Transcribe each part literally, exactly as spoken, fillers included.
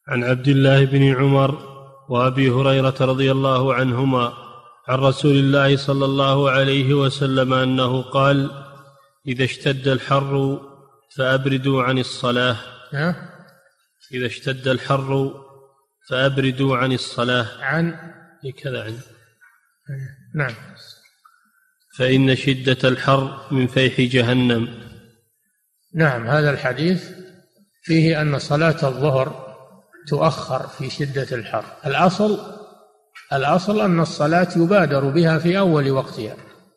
عن عبد الله بن عمر وأبي هريرة رضي الله عنهما عن رسول الله صلى الله عليه وسلم أنه قال: إذا اشتد الحر فأبردوا عن الصلاة إذا اشتد الحر فأبردوا عن الصلاة عن كذا عن نعم فإن شدة الحر من فيح جهنم. نعم، هذا الحديث فيه أن صلاة الظهر تؤخر في شدة الحر. الأصل الأصل أن الصلاة يبادر بها في أول وقتها،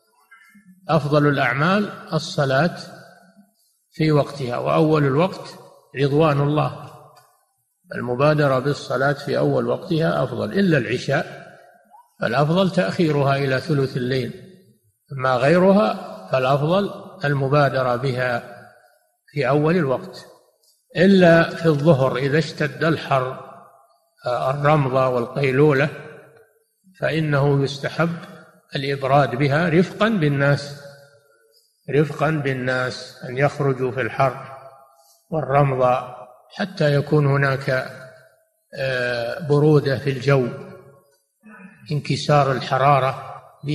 أفضل الأعمال الصلاة في وقتها، وأول الوقت رضوان الله. المبادرة بالصلاة في أول وقتها أفضل، إلا العشاء فالأفضل تأخيرها إلى ثلث الليل، أما غيرها فالأفضل المبادرة بها في أول الوقت، إلا في الظهر إذا اشتد الحر الرمضة والقيلولة فإنه يستحب الإبراد بها رفقا بالناس رفقا بالناس أن يخرجوا في الحر والرمضة حتى يكون هناك برودة في الجو، انكسار الحرارة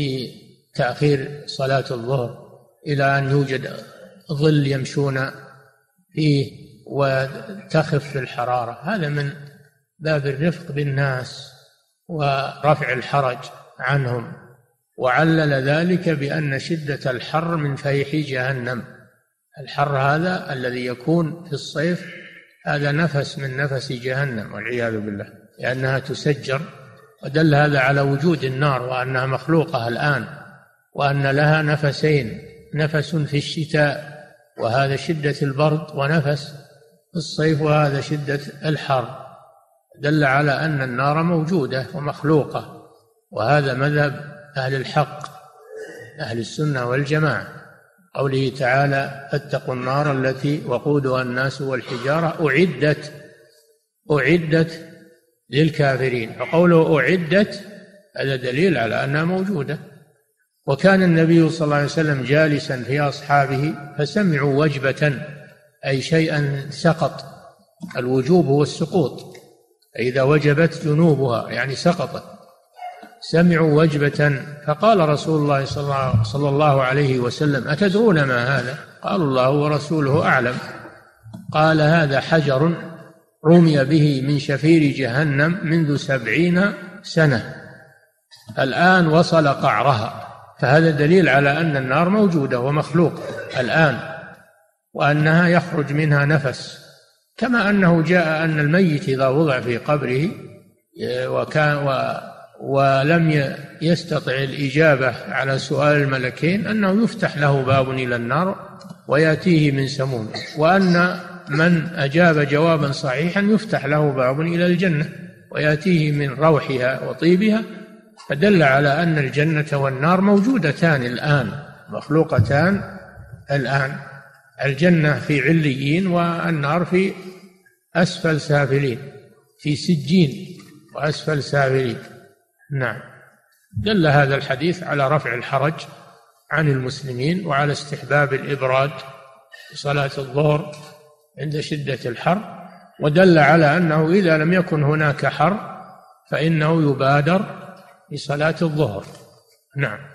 بتأخير صلاة الظهر إلى أن يوجد ظل يمشون فيه وتخف الحرارة. هذا من باب الرفق بالناس ورفع الحرج عنهم، وعلل ذلك بأن شدة الحر من فيح جهنم. الحر هذا الذي يكون في الصيف هذا نفس من نفس جهنم والعياذ بالله، لأنها تسجر، ودل هذا على وجود النار وأنها مخلوقة الآن، وأن لها نفسين، نفس في الشتاء وهذا شدة البرد، ونفس في الصيف وهذا شدة الحر، دل على أن النار موجودة ومخلوقة. وهذا مذهب أهل الحق أهل السنة والجماعة، قوله تعالى: فاتقوا النار التي وقودها الناس والحجارة أعدت أعدت للكافرين. وقوله أعدت هذا دليل على أنها موجودة. وكان النبي صلى الله عليه وسلم جالسا في أصحابه فسمعوا وجبة، أي شيئا سقط. الوجوب هو السقوط، إذا وجبت جنوبها يعني سقطت. سمعوا وجبة فقال رسول الله صلى الله عليه وسلم: أتدرون ما هذا؟ قالوا: الله ورسوله أعلم. قال: هذا حجر رمي به من شفير جهنم منذ سبعين سنة، الآن وصل قعرها. فهذا دليل على أن النار موجودة ومخلوقة الآن، وأنها يخرج منها نفس، كما أنه جاء أن الميت إذا وضع في قبره وكان و ولم يستطع الإجابة على سؤال الملكين أنه يفتح له باب إلى النار ويأتيه من سموم، وأن من أجاب جوابا صحيحا يفتح له باب إلى الجنة ويأتيه من روحها وطيبها. فدل على أن الجنة والنار موجودتان الآن، مخلوقتان الآن، الجنة في عليين والنار في أسفل سافلين، في سجين وأسفل سافلين. نعم، دل هذا الحديث على رفع الحرج عن المسلمين وعلى استحباب الإبراد صلاة الظهر عند شدة الحر، ودل على أنه إذا لم يكن هناك حر فإنه يبادر بصلاة الظهر. نعم.